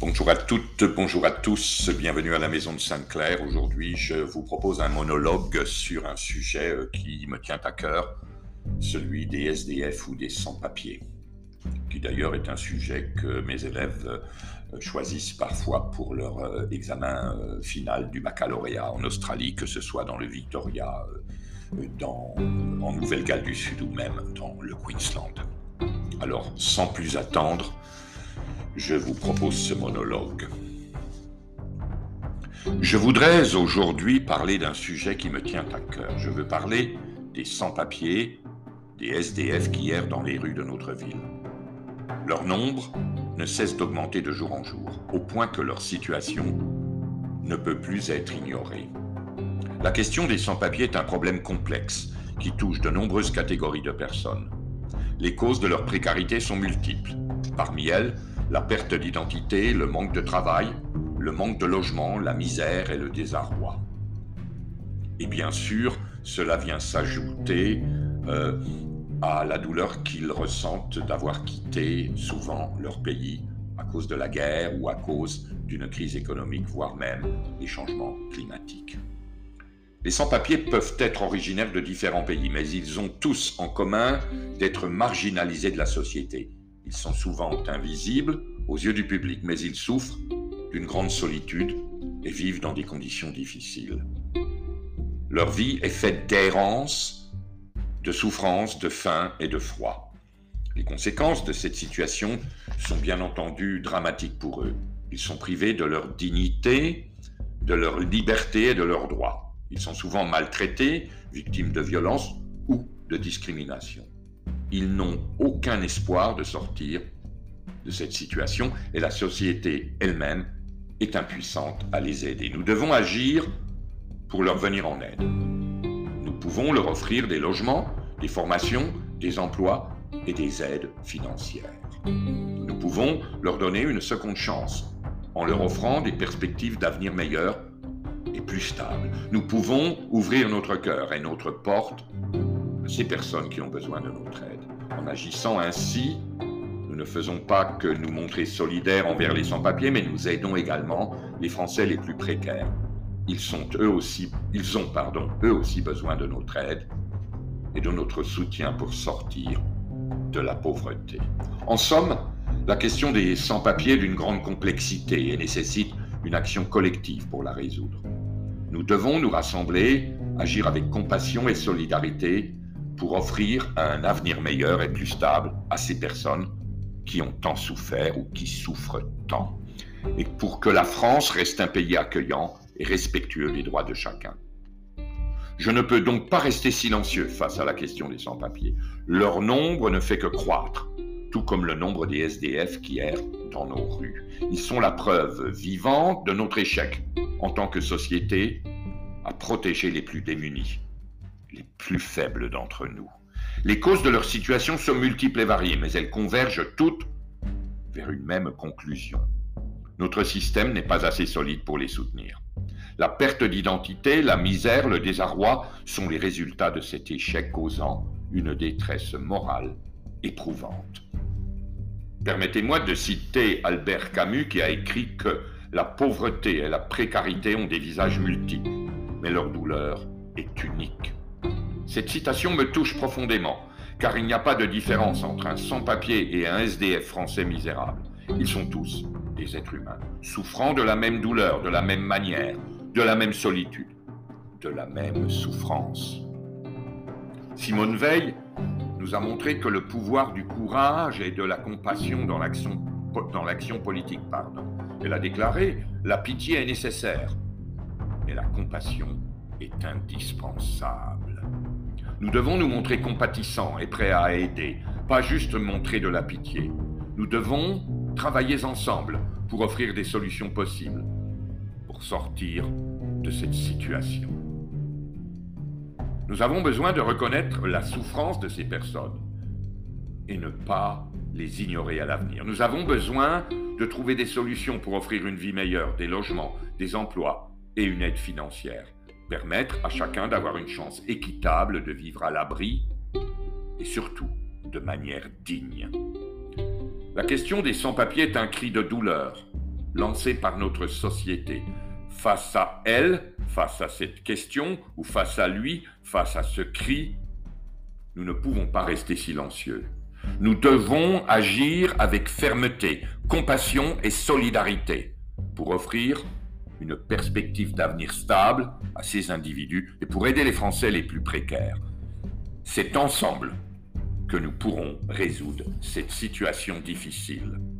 Bonjour à toutes, bonjour à tous, bienvenue à la Maison de Sainte-Claire. Aujourd'hui, je vous propose un monologue sur un sujet qui me tient à cœur, celui des SDF ou des sans-papiers, qui d'ailleurs est un sujet que mes élèves choisissent parfois pour leur examen final du baccalauréat en Australie, que ce soit dans le Victoria, en Nouvelle-Galles du Sud ou même dans le Queensland. Alors, sans plus attendre, je vous propose ce monologue. Je voudrais aujourd'hui parler d'un sujet qui me tient à cœur. Je veux parler des sans-papiers, des SDF qui errent dans les rues de notre ville. Leur nombre ne cesse d'augmenter de jour en jour, au point que leur situation ne peut plus être ignorée. La question des sans-papiers est un problème complexe qui touche de nombreuses catégories de personnes. Les causes de leur précarité sont multiples. Parmi elles, la perte d'identité, le manque de travail, le manque de logement, la misère et le désarroi. Et bien sûr, cela vient s'ajouter à la douleur qu'ils ressentent d'avoir quitté souvent leur pays à cause de la guerre ou à cause d'une crise économique, voire même des changements climatiques. Les sans-papiers peuvent être originaires de différents pays, mais ils ont tous en commun d'être marginalisés de la société. Ils sont souvent invisibles aux yeux du public, mais ils souffrent d'une grande solitude et vivent dans des conditions difficiles. Leur vie est faite d'errance, de souffrance, de faim et de froid. Les conséquences de cette situation sont bien entendu dramatiques pour eux. Ils sont privés de leur dignité, de leur liberté et de leurs droits. Ils sont souvent maltraités, victimes de violences ou de discrimination. Ils n'ont aucun espoir de sortir de cette situation et la société elle-même est impuissante à les aider. Nous devons agir pour leur venir en aide. Nous pouvons leur offrir des logements, des formations, des emplois et des aides financières. Nous pouvons leur donner une seconde chance en leur offrant des perspectives d'avenir meilleures et plus stables. Nous pouvons ouvrir notre cœur et notre porte à ces personnes qui ont besoin de notre aide. En agissant ainsi, nous ne faisons pas que nous montrer solidaires envers les sans-papiers, mais nous aidons également les Français les plus précaires. Ils ont eux aussi besoin de notre aide et de notre soutien pour sortir de la pauvreté. En somme, la question des sans-papiers est d'une grande complexité et nécessite une action collective pour la résoudre. Nous devons nous rassembler, agir avec compassion et solidarité pour offrir un avenir meilleur et plus stable à ces personnes qui ont tant souffert ou qui souffrent tant, et pour que la France reste un pays accueillant et respectueux des droits de chacun. Je ne peux donc pas rester silencieux face à la question des sans-papiers. Leur nombre ne fait que croître, tout comme le nombre des SDF qui errent dans nos rues. Ils sont la preuve vivante de notre échec en tant que société à protéger les plus démunis, les plus faibles d'entre nous. Les causes de leur situation sont multiples et variées, mais elles convergent toutes vers une même conclusion. Notre système n'est pas assez solide pour les soutenir. La perte d'identité, la misère, le désarroi sont les résultats de cet échec causant une détresse morale éprouvante. Permettez-moi de citer Albert Camus qui a écrit que la pauvreté et la précarité ont des visages multiples, mais leur douleur est unique. Cette citation me touche profondément, car il n'y a pas de différence entre un sans-papier et un SDF français misérable. Ils sont tous des êtres humains, souffrant de la même douleur, de la même manière, de la même solitude, de la même souffrance. Simone Veil nous a montré que le pouvoir du courage et de la compassion dans l'action politique. Elle a déclaré « La pitié est nécessaire, mais la compassion est indispensable ». Nous devons nous montrer compatissants et prêts à aider, pas juste montrer de la pitié. Nous devons travailler ensemble pour offrir des solutions possibles, pour sortir de cette situation. Nous avons besoin de reconnaître la souffrance de ces personnes et ne pas les ignorer à l'avenir. Nous avons besoin de trouver des solutions pour offrir une vie meilleure, des logements, des emplois et une aide financière. Permettre à chacun d'avoir une chance équitable de vivre à l'abri et surtout de manière digne. La question des sans-papiers est un cri de douleur lancée par notre société. Face à elle, face à cette question, ou face à lui, face à ce cri, nous ne pouvons pas rester silencieux. Nous devons agir avec fermeté, compassion et solidarité pour offrir une perspective d'avenir stable à ces individus et pour aider les Français les plus précaires. C'est ensemble que nous pourrons résoudre cette situation difficile.